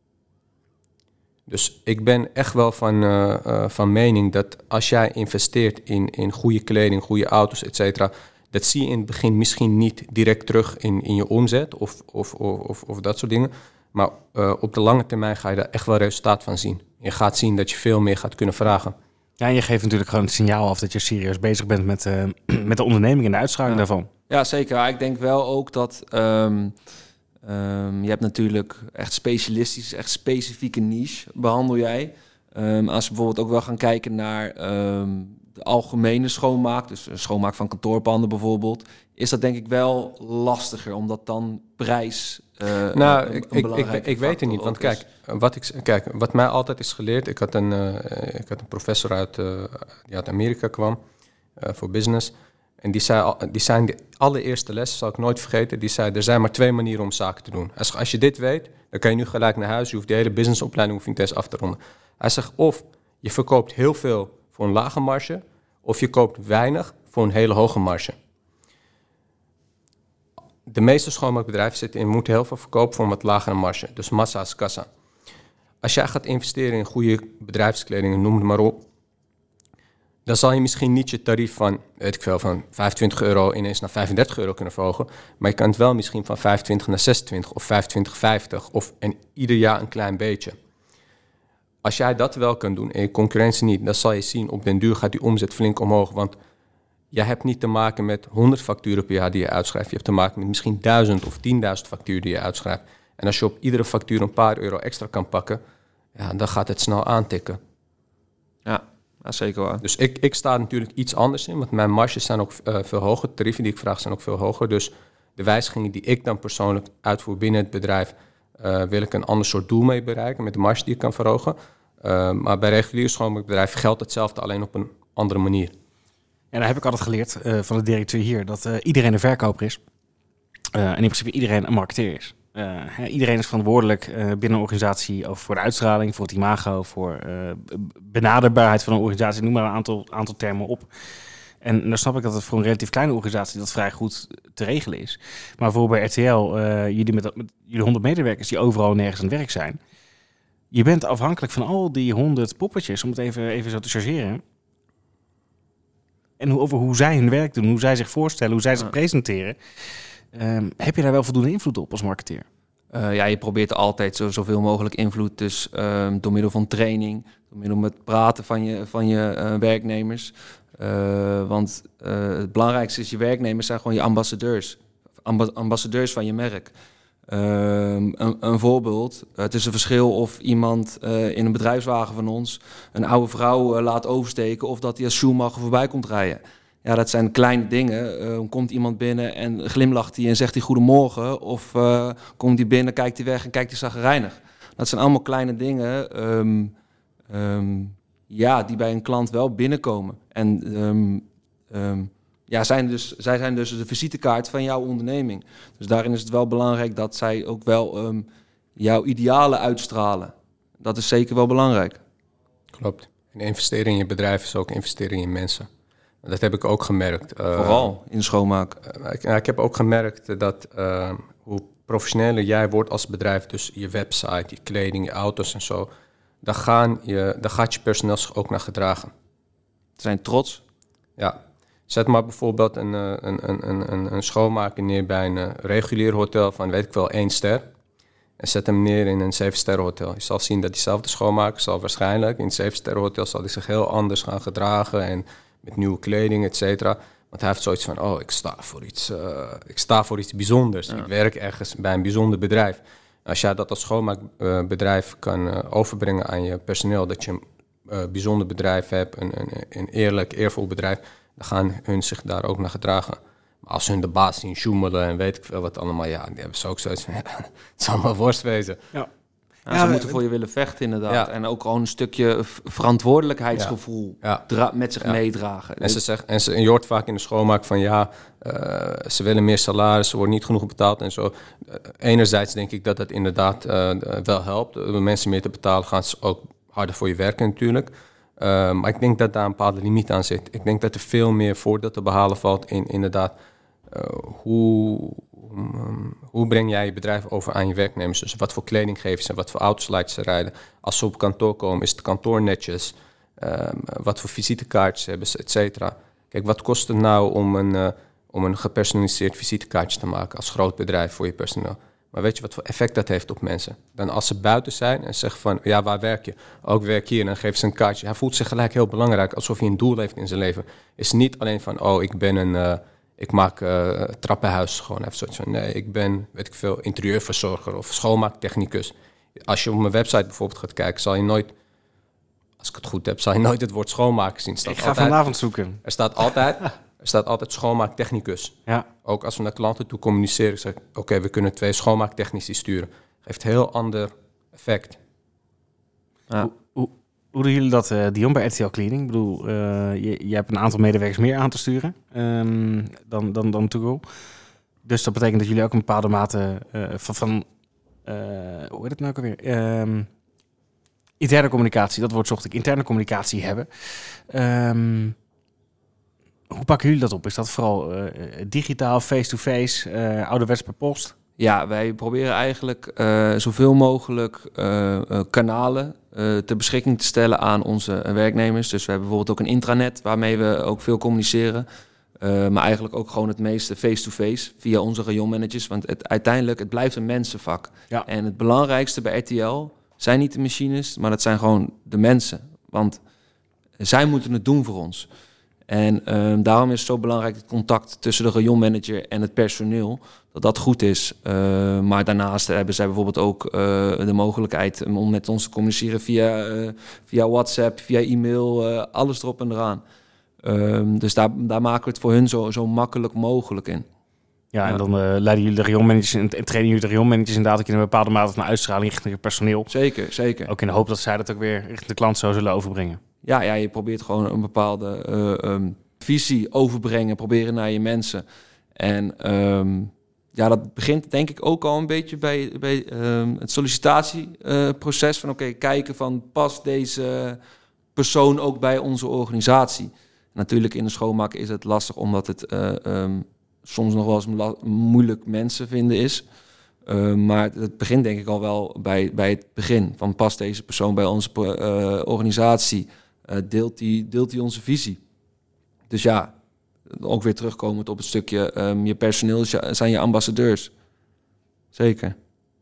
Dus ik ben echt wel van mening dat als jij investeert in goede kleding, goede auto's, et cetera, dat zie je in het begin misschien niet direct terug in je omzet of dat soort dingen. Maar op de lange termijn ga je daar echt wel resultaat van zien. Je gaat zien dat je veel meer gaat kunnen vragen. Ja, en je geeft natuurlijk gewoon het signaal af dat je serieus bezig bent met de onderneming en de uitstraling daarvan. Ja, zeker. Ik denk wel ook dat je hebt natuurlijk echt specialistisch, echt specifieke niche behandel jij. Als we bijvoorbeeld ook wel gaan kijken naar de algemene schoonmaak, dus schoonmaak van kantoorpanden bijvoorbeeld, is dat denk ik wel lastiger, omdat dan prijs ik weet het niet, want kijk, wat mij altijd is geleerd, ik had een professor die uit Amerika kwam voor business. En die zei de allereerste les, zal ik nooit vergeten, die zei, er zijn maar 2 manieren om zaken te doen. Als je dit weet, dan kan je nu gelijk naar huis, je hoeft de hele businessopleiding niet eens af te ronden. Hij zegt, of je verkoopt heel veel voor een lage marge, of je koopt weinig voor een hele hoge marge. De meeste schoonmaakbedrijven moeten heel veel verkopen voor een wat lagere marge. Dus massa is kassa. Als jij gaat investeren in goede bedrijfskleding, noem het maar op, dan zal je misschien niet je tarief van, van €25 ineens naar €35 kunnen verhogen. Maar je kan het wel misschien van 25 naar 26 of 25,50 en ieder jaar een klein beetje. Als jij dat wel kan doen en je concurrentie niet, dan zal je zien op den duur gaat die omzet flink omhoog. Want je hebt niet te maken met 100 facturen per jaar die je uitschrijft. Je hebt te maken met misschien 1000 of 10.000 facturen die je uitschrijft. En als je op iedere factuur een paar euro extra kan pakken, ja, dan gaat het snel aantikken. Ja, zeker waar. Dus ik sta natuurlijk iets anders in, want mijn marges zijn ook veel hoger. De tarieven die ik vraag zijn ook veel hoger. Dus de wijzigingen die ik dan persoonlijk uitvoer binnen het bedrijf, wil ik een ander soort doel mee bereiken met de marge die ik kan verhogen. Maar bij reguliere schoonmaakbedrijven geldt hetzelfde, alleen op een andere manier. En daar heb ik altijd geleerd van de directeur hier, dat iedereen een verkoper is. En in principe iedereen een marketeer is. Iedereen is verantwoordelijk binnen een organisatie voor de uitstraling, voor het imago, voor benaderbaarheid van een organisatie. Noem maar een aantal termen op. En dan snap ik dat het voor een relatief kleine organisatie dat vrij goed te regelen is. Maar voor bij RTL, jullie met jullie 100 medewerkers die overal nergens aan het werk zijn. Je bent afhankelijk van al die 100 poppetjes, om het even zo te chargeren. En over hoe zij hun werk doen, hoe zij zich voorstellen, hoe zij zich presenteren. Heb je daar wel voldoende invloed op als marketeer? Je probeert altijd zoveel mogelijk invloed. Dus door middel van training, door middel met praten van je werknemers. Want het belangrijkste is, je werknemers zijn gewoon je ambassadeurs. Ambassadeurs van je merk. Een voorbeeld. Het is een verschil of iemand in een bedrijfswagen van ons een oude vrouw laat oversteken of dat hij als Schumacher voorbij komt rijden. Ja, dat zijn kleine dingen. Komt iemand binnen en glimlacht hij en zegt hij goedemorgen, of komt hij binnen, kijkt hij weg en kijkt hij chagrijnig. Dat zijn allemaal kleine dingen die bij een klant wel binnenkomen. En zij zijn dus de visitekaart van jouw onderneming. Dus daarin is het wel belangrijk dat zij ook wel jouw idealen uitstralen. Dat is zeker wel belangrijk. Klopt. En investeren in je bedrijf is ook investeren in je mensen. Dat heb ik ook gemerkt. Vooral in schoonmaak. Ik heb ook gemerkt dat hoe professioneler jij wordt als bedrijf, dus je website, je kleding, je auto's en zo, daar gaat je personeel zich ook naar gedragen. Ze zijn trots. Ja. Zet maar bijvoorbeeld een schoonmaker neer bij een regulier hotel van, weet ik wel, 1 ster. En zet hem neer in een 7-sterren hotel. Je zal zien dat diezelfde schoonmaker zal waarschijnlijk in een 7-sterren hotel zal hij zich heel anders gaan gedragen en met nieuwe kleding, et cetera. Want hij heeft zoiets van, ik sta voor iets bijzonders. Ja. Ik werk ergens bij een bijzonder bedrijf. Als jij dat als schoonmaakbedrijf kan overbrengen aan je personeel, dat je een bijzonder bedrijf hebt, een eerlijk, eervol bedrijf, dan gaan hun zich daar ook naar gedragen. Maar als hun de baas zien sjoemelen en weet ik veel wat allemaal, die hebben ze ook zoiets van, het zal maar worst wezen. Ja. Ze moeten voor je willen vechten inderdaad. Ja. En ook gewoon een stukje verantwoordelijkheidsgevoel met zich meedragen. En je hoort vaak in de schoonmaak van ze willen meer salaris, ze worden niet genoeg betaald en zo. Enerzijds denk ik dat dat inderdaad wel helpt. Door mensen meer te betalen gaan ze ook harder voor je werken natuurlijk. Maar ik denk dat daar een bepaalde limiet aan zit. Ik denk dat er veel meer voordeel te behalen valt in inderdaad hoe breng jij je bedrijf over aan je werknemers? Dus wat voor kleding geven ze en wat voor auto's laten ze rijden? Als ze op kantoor komen, is het kantoor netjes? Wat voor visitekaartjes hebben ze, et cetera? Kijk, wat kost het nou om een gepersonaliseerd visitekaartje te maken als groot bedrijf voor je personeel? Maar weet je wat voor effect dat heeft op mensen? Dan als ze buiten zijn en zeggen van, waar werk je? Ook werk hier en dan geven ze een kaartje. Hij voelt zich gelijk heel belangrijk, alsof hij een doel heeft in zijn leven. Is niet alleen van, ik maak trappenhuis gewoon even zoiets van, nee, ik ben, interieurverzorger of schoonmaaktechnicus. Als je op mijn website bijvoorbeeld gaat kijken, zal je nooit, als ik het goed heb, zal je nooit het woord schoonmaken zien. Ik ga vanavond zoeken. Er staat altijd schoonmaaktechnicus. Ja. Ook als we naar klanten toe communiceren, zeg ik, we kunnen 2 schoonmaaktechnici sturen. Geeft een heel ander effect. Ja. Hoe doen jullie dat, Dion, bij RTL Cleaning? Ik bedoel, je hebt een aantal medewerkers meer aan te sturen dan Togo. Dus dat betekent dat jullie ook een bepaalde mate hoe heet het nou ook alweer? Interne communicatie, dat woord zocht ik. Interne communicatie hebben. Hoe pakken jullie dat op? Is dat vooral digitaal, face-to-face, ouderwets per post? Ja, wij proberen eigenlijk zoveel mogelijk kanalen ter beschikking te stellen aan onze werknemers. Dus we hebben bijvoorbeeld ook een intranet waarmee we ook veel communiceren. Maar eigenlijk ook gewoon het meeste face-to-face via onze rayonmanagers. Want uiteindelijk, het blijft een mensenvak. Ja. En het belangrijkste bij RTL zijn niet de machines, maar dat zijn gewoon de mensen. Want zij moeten het doen voor ons. En daarom is het zo belangrijk het contact tussen de rayonmanager en het personeel, dat goed is. Maar daarnaast hebben zij bijvoorbeeld ook de mogelijkheid om met ons te communiceren via WhatsApp, via e-mail, alles erop en eraan. Dus daar maken we het voor hun zo makkelijk mogelijk in. Ja, en dan leiden jullie de rayonmanagers en trainen jullie de rayonmanagers inderdaad ook in een bepaalde mate van uitstraling richting het personeel. Zeker. Ook in de hoop dat zij dat ook weer richting de klant zo zullen overbrengen. Ja, je probeert gewoon een bepaalde visie overbrengen, proberen naar je mensen. En dat begint denk ik ook al een beetje bij het sollicitatieproces van kijken van past deze persoon ook bij onze organisatie. Natuurlijk in de schoonmaak is het lastig omdat het soms nog wel eens moeilijk mensen vinden is. Maar het begint denk ik al wel bij het begin. Van past deze persoon bij onze organisatie? Deelt die onze visie? Dus ja, ook weer terugkomend op het stukje je personeel zijn je ambassadeurs. Zeker.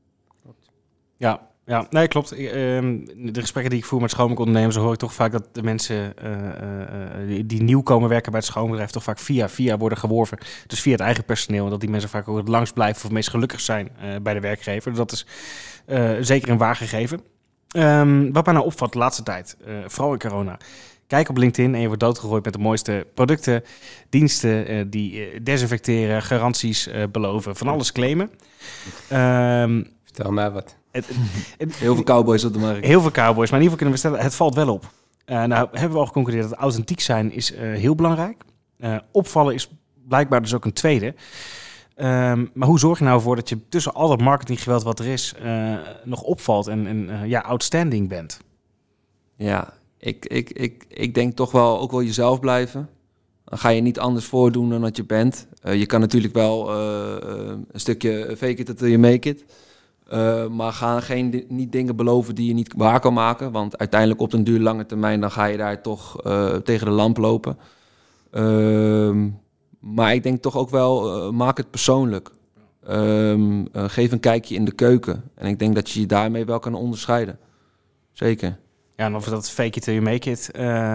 Ja, nee, klopt. De gesprekken die ik voer met schoonmaakondernemers, hoor ik toch vaak dat de mensen die nieuw komen werken bij het schoonbedrijf toch vaak via worden geworven. Dus via het eigen personeel. En dat die mensen vaak ook het langst blijven of het meest gelukkig zijn bij de werkgever. Dus dat is zeker een waar gegeven. Wat mij nou opvalt de laatste tijd, vooral in corona. Kijk op LinkedIn en je wordt doodgegooid met de mooiste producten, diensten die desinfecteren, garanties beloven, van alles claimen. Vertel mij wat. Heel veel cowboys op de markt. Heel veel cowboys, maar in ieder geval kunnen we stellen, het valt wel op. Nou hebben we al geconcludeerd dat authentiek zijn is heel belangrijk. Opvallen is blijkbaar dus ook een tweede. Maar hoe zorg je nou voor dat je tussen al dat marketinggeweld wat er is... nog opvalt en outstanding bent? Ja, ik denk toch wel ook wel jezelf blijven. Dan ga je niet anders voordoen dan dat je bent. Je kan natuurlijk wel een stukje fake it until you make it. Maar ga niet dingen beloven die je niet waar kan maken. Want uiteindelijk op den duur lange termijn... dan ga je daar toch tegen de lamp lopen. Maar ik denk toch ook wel, maak het persoonlijk. Geef een kijkje in de keuken. En ik denk dat je daarmee wel kan onderscheiden. Zeker. Ja, en of dat fake it till you make it...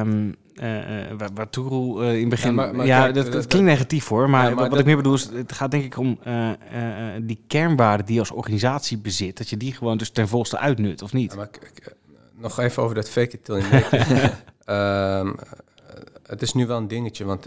waar Toerel in het begin... Dat klinkt negatief hoor. Maar wat ik meer bedoel is... Het gaat denk ik om die kernwaarden die je als organisatie bezit. Dat je die gewoon dus ten volste uitnut, of niet? Ja, maar nog even over dat fake it till you make it. Het is nu wel een dingetje, want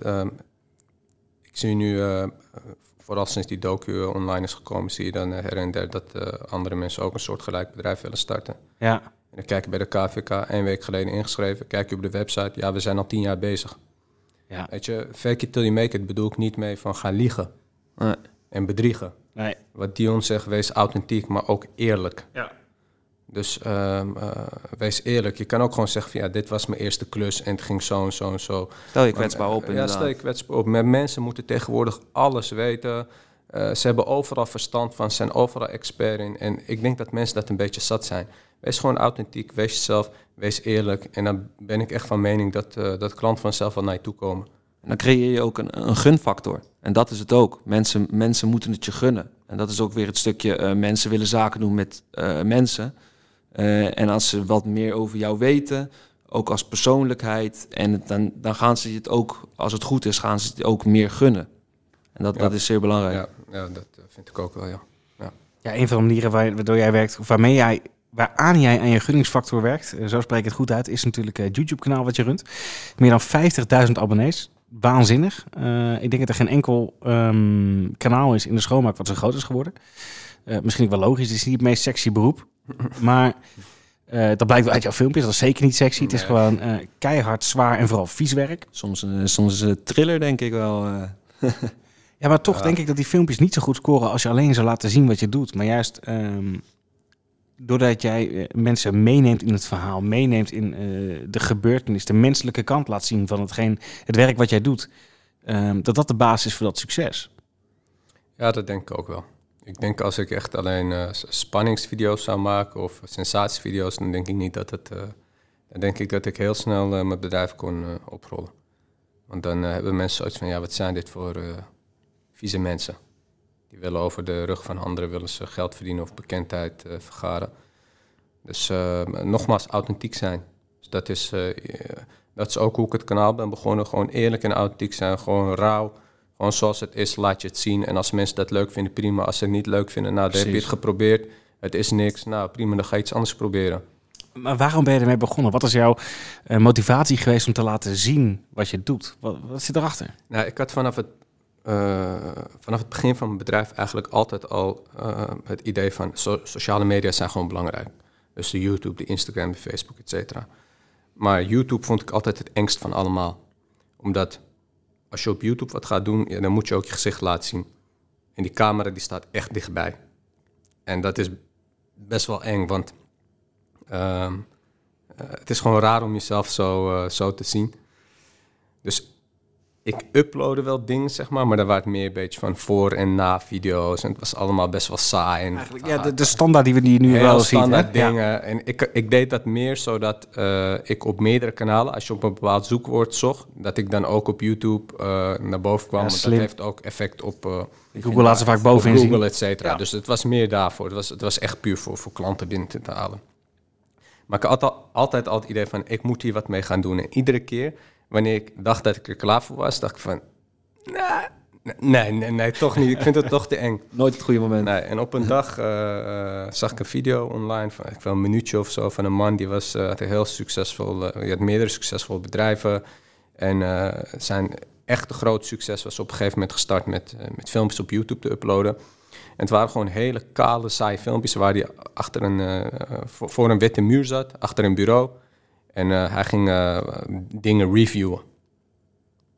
ik zie nu... vooral sinds die docu online is gekomen... zie je dan her en der dat andere mensen ook een soortgelijk bedrijf willen starten. Ja. En dan kijk je bij de KVK 1 week geleden ingeschreven. Kijk je op de website. Ja, we zijn al 10 jaar bezig. Ja. Weet je, fake it till you make it bedoel ik niet mee van gaan liegen. Nee. En bedriegen. Nee. Wat Dion zegt, wees authentiek, maar ook eerlijk. Ja. Dus wees eerlijk. Je kan ook gewoon zeggen van ja, dit was mijn eerste klus en het ging zo en zo en zo. Stel je kwetsbaar op inderdaad. Ja, stel je kwetsbaar op. Met mensen moeten tegenwoordig alles weten. Ze hebben overal verstand van, zijn overal expert in. En ik denk dat mensen dat een beetje zat zijn. Wees gewoon authentiek, wees jezelf, wees eerlijk. En dan ben ik echt van mening dat klanten vanzelf wel naar je toe komen. En dan creëer je ook een gunfactor. En dat is het ook. Mensen moeten het je gunnen. En dat is ook weer het stukje mensen willen zaken doen met mensen. En als ze wat meer over jou weten, ook als persoonlijkheid... en dan gaan ze het ook, als het goed is, gaan ze het ook meer gunnen. En dat is zeer belangrijk. Ja, dat vind ik ook wel, ja. Ja, een van de manieren waardoor jij werkt, of waaraan jij aan je gunningsfactor werkt, zo spreek ik het goed uit, is natuurlijk het YouTube-kanaal wat je runt. Meer dan 50.000 abonnees. Waanzinnig. Ik denk dat er geen enkel kanaal is in de schoonmaak wat zo groot is geworden. Misschien ook wel logisch, het is niet het meest sexy beroep. Maar dat blijkt wel uit jouw filmpjes, dat is zeker niet sexy. Nee. Het is gewoon keihard, zwaar en vooral vies werk. Soms een thriller, denk ik wel. Ja, maar toch denk ik dat die filmpjes niet zo goed scoren als je alleen zou laten zien wat je doet. Maar juist doordat jij mensen meeneemt in het verhaal, meeneemt in de gebeurtenis, de menselijke kant laat zien van het werk wat jij doet, dat de basis is voor dat succes. Ja, dat denk ik ook wel. Ik denk als ik echt alleen spanningsvideo's zou maken of sensatievideo's, dan denk ik niet dat het... dan denk ik dat ik heel snel mijn bedrijf kon oprollen. Want dan hebben mensen zoiets van, ja, wat zijn dit voor vieze mensen? Die willen over de rug van anderen willen ze geld verdienen of bekendheid vergaren. Dus nogmaals, authentiek zijn. Dus dat is ook hoe ik het kanaal ben begonnen. Gewoon eerlijk en authentiek zijn, gewoon rauw. Gewoon zoals het is, laat je het zien. En als mensen dat leuk vinden, prima. Als ze het niet leuk vinden, nou, dan heb je het geprobeerd. Het is niks, nou prima, dan ga je iets anders proberen. Maar waarom ben je ermee begonnen? Wat is jouw motivatie geweest om te laten zien wat je doet? Wat zit erachter? Nou, ik had vanaf het begin van mijn bedrijf eigenlijk altijd al het idee van sociale media zijn gewoon belangrijk. Dus de YouTube, de Instagram, de Facebook, et cetera. Maar YouTube vond ik altijd het engst van allemaal. Omdat als je op YouTube wat gaat doen, ja, dan moet je ook je gezicht laten zien. En die camera die staat echt dichtbij. En dat is best wel eng, want het is gewoon raar om jezelf zo te zien. Dus ik uploadde wel dingen, zeg maar daar waren het meer een beetje van voor- en na-video's. En het was allemaal best wel saai. En eigenlijk, ja, de standaard die we nu wel zien. Standaard dingen. Ja. En ik deed dat meer zodat ik op meerdere kanalen, als je op een bepaald zoekwoord zocht, dat ik dan ook op YouTube naar boven kwam. Ja, want dat heeft ook effect op... Google laat ze vaak bovenin zien. Google, et cetera. Ja. Dus het was meer daarvoor. Het was echt puur voor klanten binnen te halen. Maar ik had altijd het idee van, ik moet hier wat mee gaan doen. En iedere keer, wanneer ik dacht dat ik er klaar voor was, dacht ik van, nee, toch niet. Ik vind het toch te eng. Nooit het goede moment. Nee, en op een dag zag ik een video online van een minuutje of zo van een man die had heel succesvol, die had meerdere succesvolle bedrijven. En zijn echte groot succes was op een gegeven moment gestart met filmpjes op YouTube te uploaden. En het waren gewoon hele kale, saaie filmpjes waar hij achter voor een witte muur zat, achter een bureau. En hij ging dingen reviewen.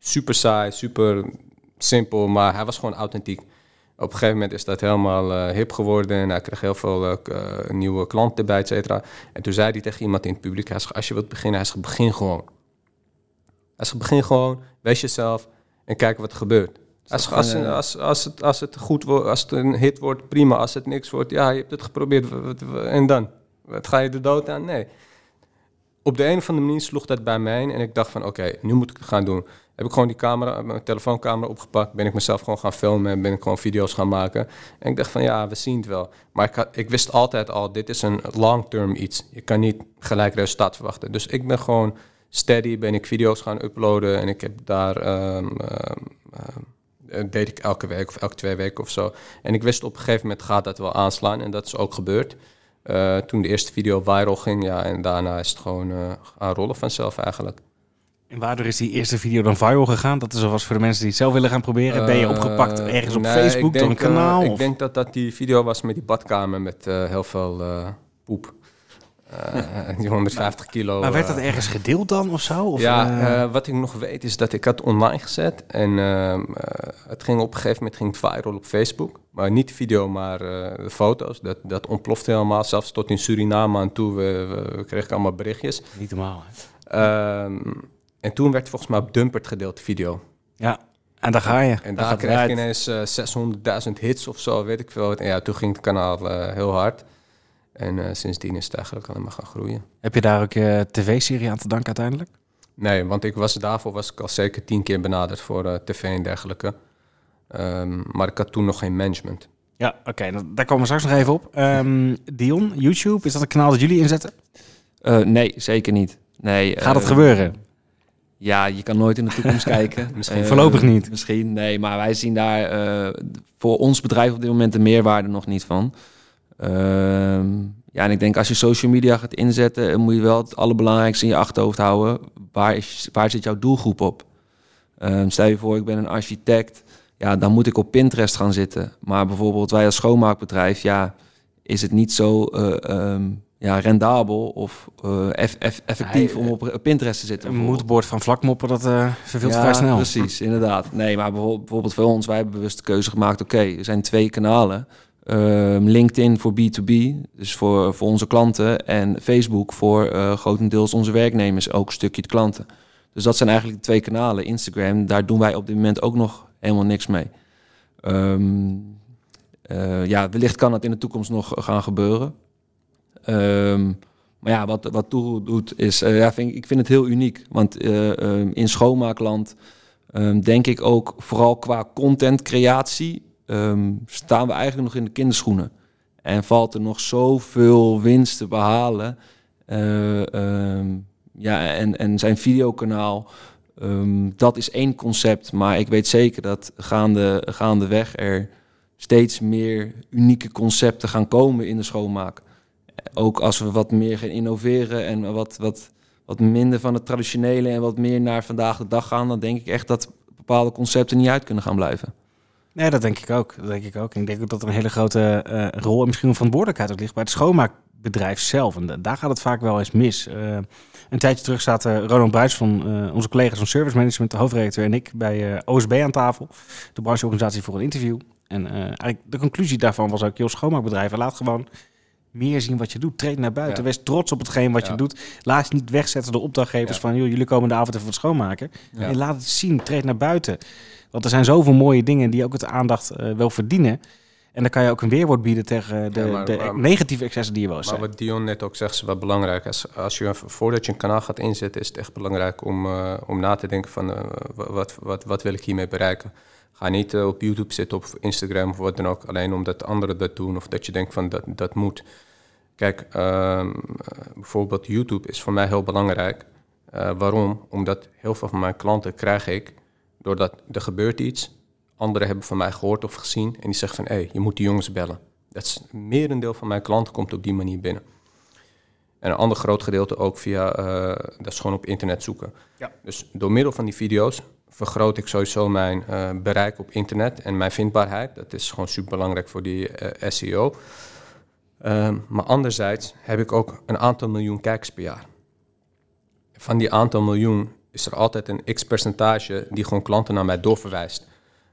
super saai, super simpel, maar hij was gewoon authentiek. Op een gegeven moment is dat helemaal hip geworden en hij kreeg heel veel nieuwe klanten erbij, et cetera. En toen zei hij tegen iemand in het publiek, hij zei, als je wilt beginnen, hij zei, begin gewoon. Hij zei, begin gewoon, wees jezelf en kijk wat er gebeurt. Als het goed wordt, als het een hit wordt, prima. Als het niks wordt, ja, je hebt het geprobeerd. En dan? Wat ga je de dood aan? Nee. Op de een of andere manier sloeg dat bij mij in. En ik dacht van, oké, nu moet ik het gaan doen. Heb ik gewoon die camera, mijn telefooncamera opgepakt. Ben ik mezelf gewoon gaan filmen en ben ik gewoon video's gaan maken. En ik dacht van, ja, we zien het wel. Maar ik wist altijd al, dit is een long-term iets. Je kan niet gelijk resultaat verwachten. Dus ik ben gewoon steady, ben ik video's gaan uploaden. En ik heb daar... deed ik elke week of elke 2 weken of zo. En ik wist op een gegeven moment gaat dat wel aanslaan. En dat is ook gebeurd. Toen de eerste video viral ging, ja, en daarna is het gewoon gaan rollen vanzelf eigenlijk. En waardoor is die eerste video dan viral gegaan? Dat is alvast voor de mensen die het zelf willen gaan proberen. Ben je opgepakt ergens op Facebook door een kanaal? Ik denk dat die video was met die badkamer met heel veel poep. Die 150 kilo. Maar werd dat ergens gedeeld dan of zo? Of, wat ik nog weet is dat ik had online gezet. En het ging op een gegeven moment ging het viral op Facebook. Maar niet de video, maar de foto's. Dat ontplofte helemaal. Zelfs tot in Suriname aan toe. We kregen allemaal berichtjes. Niet normaal, hè? En toen werd volgens mij op Dumpert gedeeld, de video. Ja, en daar ga je. En daar kreeg je ineens 600.000 hits of zo, weet ik veel. En ja, toen ging het kanaal heel hard. En sindsdien is het eigenlijk alleen maar gaan groeien. Heb je daar ook je tv-serie aan te danken uiteindelijk? Nee, want daarvoor was ik al zeker 10 keer benaderd voor tv en dergelijke. Maar ik had toen nog geen management. Ja, oké, daar komen we straks nog even op. Dion, YouTube, is dat een kanaal dat jullie inzetten? Nee, zeker niet. Nee, gaat dat gebeuren? Ja, je kan nooit in de toekomst kijken. Misschien voorlopig niet. Misschien, nee, maar wij zien daar voor ons bedrijf op dit moment de meerwaarde nog niet van. Ja, en ik denk als je social media gaat inzetten, moet je wel het allerbelangrijkste in je achterhoofd houden. Waar zit jouw doelgroep op? Stel je voor, ik ben een architect. Ja, dan moet ik op Pinterest gaan zitten. Maar bijvoorbeeld wij als schoonmaakbedrijf, ja, is het niet zo rendabel of effectief om op Pinterest te zitten. Een moodboard van vlakmoppen, dat verveelt vrij snel. Precies, inderdaad. Nee, maar bijvoorbeeld voor ons, wij hebben bewust de keuze gemaakt, oké, er zijn 2 kanalen. LinkedIn voor B2B, dus voor onze klanten. En Facebook voor grotendeels onze werknemers, ook een stukje de klanten. Dus dat zijn eigenlijk de 2 kanalen. Instagram, daar doen wij op dit moment ook nog helemaal niks mee. Wellicht kan dat in de toekomst nog gaan gebeuren. Maar ja, wat Toeroe doet is... ik vind het heel uniek. Want in schoonmaakland denk ik ook vooral qua contentcreatie... staan we eigenlijk nog in de kinderschoenen. En valt er nog zoveel winst te behalen. En zijn videokanaal, dat is 1 concept. Maar ik weet zeker dat gaandeweg er steeds meer unieke concepten gaan komen in de schoonmaak. Ook als we wat meer gaan innoveren en wat minder van het traditionele en wat meer naar vandaag de dag gaan, dan denk ik echt dat bepaalde concepten niet uit kunnen gaan blijven. Nee, dat denk ik ook. En ik denk ook dat er een hele grote rol en misschien een verantwoordelijkheid ook ligt bij het schoonmaakbedrijf zelf. En daar gaat het vaak wel eens mis. Een tijdje terug zaten Ronald Bruijs van onze collega's van Service Management, de hoofdredacteur en ik, bij OSB aan tafel. De brancheorganisatie voor een interview. En eigenlijk de conclusie daarvan was ook, joh, schoonmaakbedrijven, laat gewoon meer zien wat je doet. Treed naar buiten. Ja. Wees trots op hetgeen wat je doet. Laat je niet wegzetten door opdrachtgevers van, joh, jullie komen de avond even wat schoonmaken. Ja. Nee, laat het zien. Treed naar buiten. Want er zijn zoveel mooie dingen die ook het aandacht wel verdienen. En dan kan je ook een weerwoord bieden tegen de negatieve excessen die je wel eens zijn. Maar wat Dion net ook zegt, is wat belangrijk. Voordat je een kanaal gaat inzetten, is het echt belangrijk om na te denken van wat wil ik hiermee bereiken. Ga niet op YouTube zitten of Instagram of wat dan ook, alleen omdat anderen dat doen of dat je denkt van dat moet. Kijk, bijvoorbeeld YouTube is voor mij heel belangrijk. Waarom? Omdat heel veel van mijn klanten krijg ik, doordat er gebeurt iets, anderen hebben van mij gehoord of gezien en die zeggen van, je moet die jongens bellen. Dat is merendeel van mijn klanten komt op die manier binnen. En een ander groot gedeelte ook via, dat is gewoon op internet zoeken. Ja. Dus door middel van die video's vergroot ik sowieso mijn bereik op internet en mijn vindbaarheid. Dat is gewoon super belangrijk voor die SEO. Maar anderzijds heb ik ook een aantal miljoen kijkers per jaar. Van die aantal miljoen is er altijd een x-percentage die gewoon klanten naar mij doorverwijst.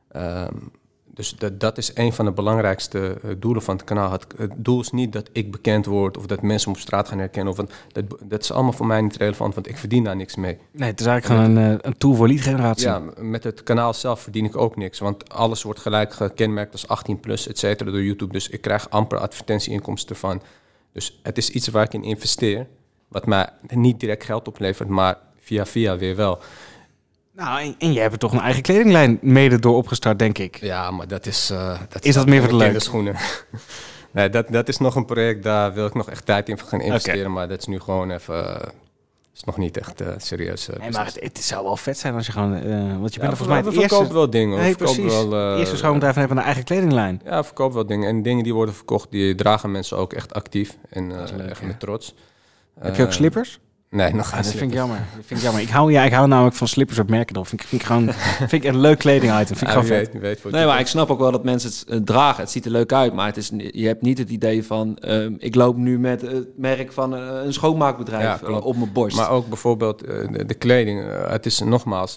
Dus dat is een van de belangrijkste doelen van het kanaal. Het doel is niet dat ik bekend word of dat mensen me op straat gaan herkennen. Dat is allemaal voor mij niet relevant, want ik verdien daar niks mee. Nee, het is eigenlijk gewoon een tool voor lead generatie. Ja, met het kanaal zelf verdien ik ook niks. Want alles wordt gelijk gekenmerkt als 18 plus, et cetera, door YouTube. Dus ik krijg amper advertentieinkomsten ervan. Dus het is iets waar ik in investeer, wat mij niet direct geld oplevert, maar via weer wel. Nou, en jij hebt er toch een eigen kledinglijn mede door opgestart, denk ik. Ja, maar dat is... Is dat meer voor de leuk? Schoenen. Nee, dat is nog een project, daar wil ik nog echt tijd in gaan investeren. Okay. Maar dat is nu gewoon even... is nog niet echt serieus. Nee, maar het zou wel vet zijn als je gewoon... want je bent er volgens mij het eerste... We verkopen wel dingen. Nee, precies. Eerste schoonbedrijf hebben een eigen kledinglijn. Ja, we verkopen wel dingen. En dingen die worden verkocht, die dragen mensen ook echt actief. En leuk, echt met trots. Heb je ook slippers? Nee, nog geen dat vind ik jammer. Ik hou namelijk van slippers op merken erop. Vind ik een leuk kledingitem. Vind ik gewoon vet. Nee, maar ik snap ook wel dat mensen het dragen. Het ziet er leuk uit, maar je hebt niet het idee van... ik loop nu met het merk van een schoonmaakbedrijf op mijn borst. Maar ook bijvoorbeeld de kleding. Het is nogmaals...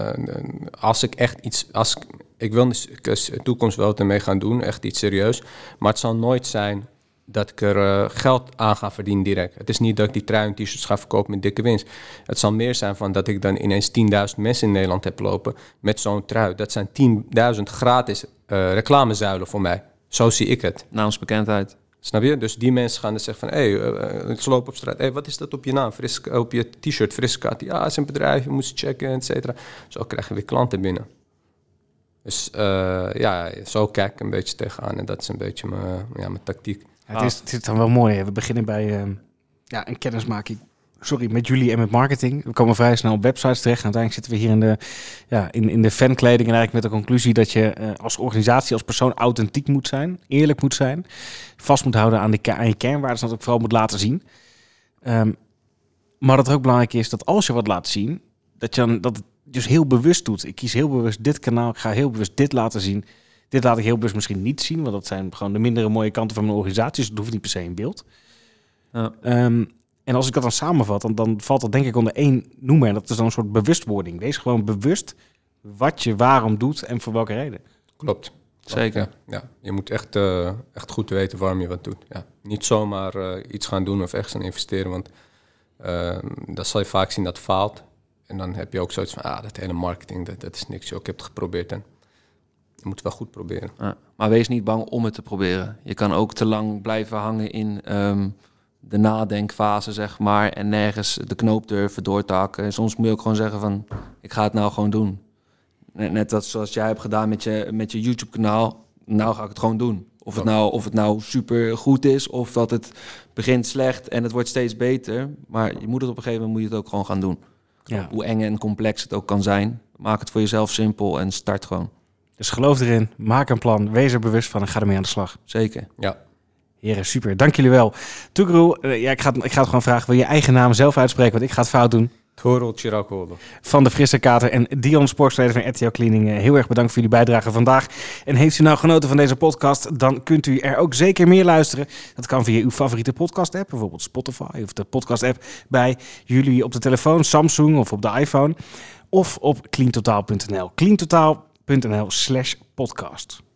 als ik echt iets... Ik wil in de toekomst wel ermee gaan doen, echt iets serieus. Maar het zal nooit zijn... dat ik er geld aan ga verdienen direct. Het is niet dat ik die trui en t-shirts ga verkopen met dikke winst. Het zal meer zijn van dat ik dan ineens 10.000 mensen in Nederland heb lopen met zo'n trui. Dat zijn 10.000 gratis reclamezuilen voor mij. Zo zie ik het. Naamsbekendheid. Snap je? Dus die mensen gaan dan zeggen van... ze lopen op straat. Wat is dat op je naam? Op je t-shirt, Friskaat. Ja, het is een bedrijf, je moet checken, et cetera. Zo krijgen we weer klanten binnen. Dus zo kijk ik een beetje tegenaan. En dat is een beetje mijn tactiek. Het is dan wel mooi. Hè? We beginnen bij een kennismaking met jullie en met marketing. We komen vrij snel op websites terecht. En uiteindelijk zitten we hier in de fankleding. En eigenlijk met de conclusie dat je als organisatie, als persoon authentiek moet zijn. Eerlijk moet zijn. Vast moet houden aan je kernwaarden. Dat ook vooral moet laten zien. Maar dat er ook belangrijk is dat als je wat laat zien... dat het dus heel bewust doet. Ik kies heel bewust dit kanaal. Ik ga heel bewust dit laten zien. Dit laat ik heel bewust misschien niet zien, want dat zijn gewoon de mindere mooie kanten van mijn organisatie. Dus dat hoeft niet per se in beeld. Ja. En als ik dat dan samenvat, dan valt dat denk ik onder één noemer. En dat is dan een soort bewustwording. Wees gewoon bewust wat je waarom doet en voor welke reden. Klopt. Zeker. Ja. Je moet echt goed weten waarom je wat doet. Ja. Niet zomaar iets gaan doen of echt gaan investeren, want dan zal je vaak zien dat het faalt. En dan heb je ook zoiets van, dat hele marketing, dat is niks. Joh. Ik heb het geprobeerd en... je moet het wel goed proberen. Ja, maar wees niet bang om het te proberen. Je kan ook te lang blijven hangen in de nadenkfase, zeg maar. En nergens de knoop durven doortakken. Soms moet je ook gewoon zeggen van... ik ga het nou gewoon doen. Net zoals jij hebt gedaan met je YouTube-kanaal. Nou ga ik het gewoon doen. Of het nou super goed is... of dat het begint slecht en het wordt steeds beter. Maar je moet het op een gegeven moment ook gewoon gaan doen. Ja. Hoe eng en complex het ook kan zijn. Maak het voor jezelf simpel en start gewoon. Dus geloof erin, maak een plan, wees er bewust van en ga ermee aan de slag. Zeker. Ja. Heren, super. Dank jullie wel. Tugru, ik ga het gewoon vragen, wil je eigen naam zelf uitspreken, want ik ga het fout doen. Toro Chirakodo. Van de Frisse Kater en Dion Sportsleden van RTL Cleaning. Heel erg bedankt voor jullie bijdrage vandaag. En heeft u nou genoten van deze podcast, dan kunt u er ook zeker meer luisteren. Dat kan via uw favoriete podcast-app, bijvoorbeeld Spotify of de podcast-app bij jullie op de telefoon, Samsung of op de iPhone. Of op cleantotaal.nl. cleantotaal.nl/podcast.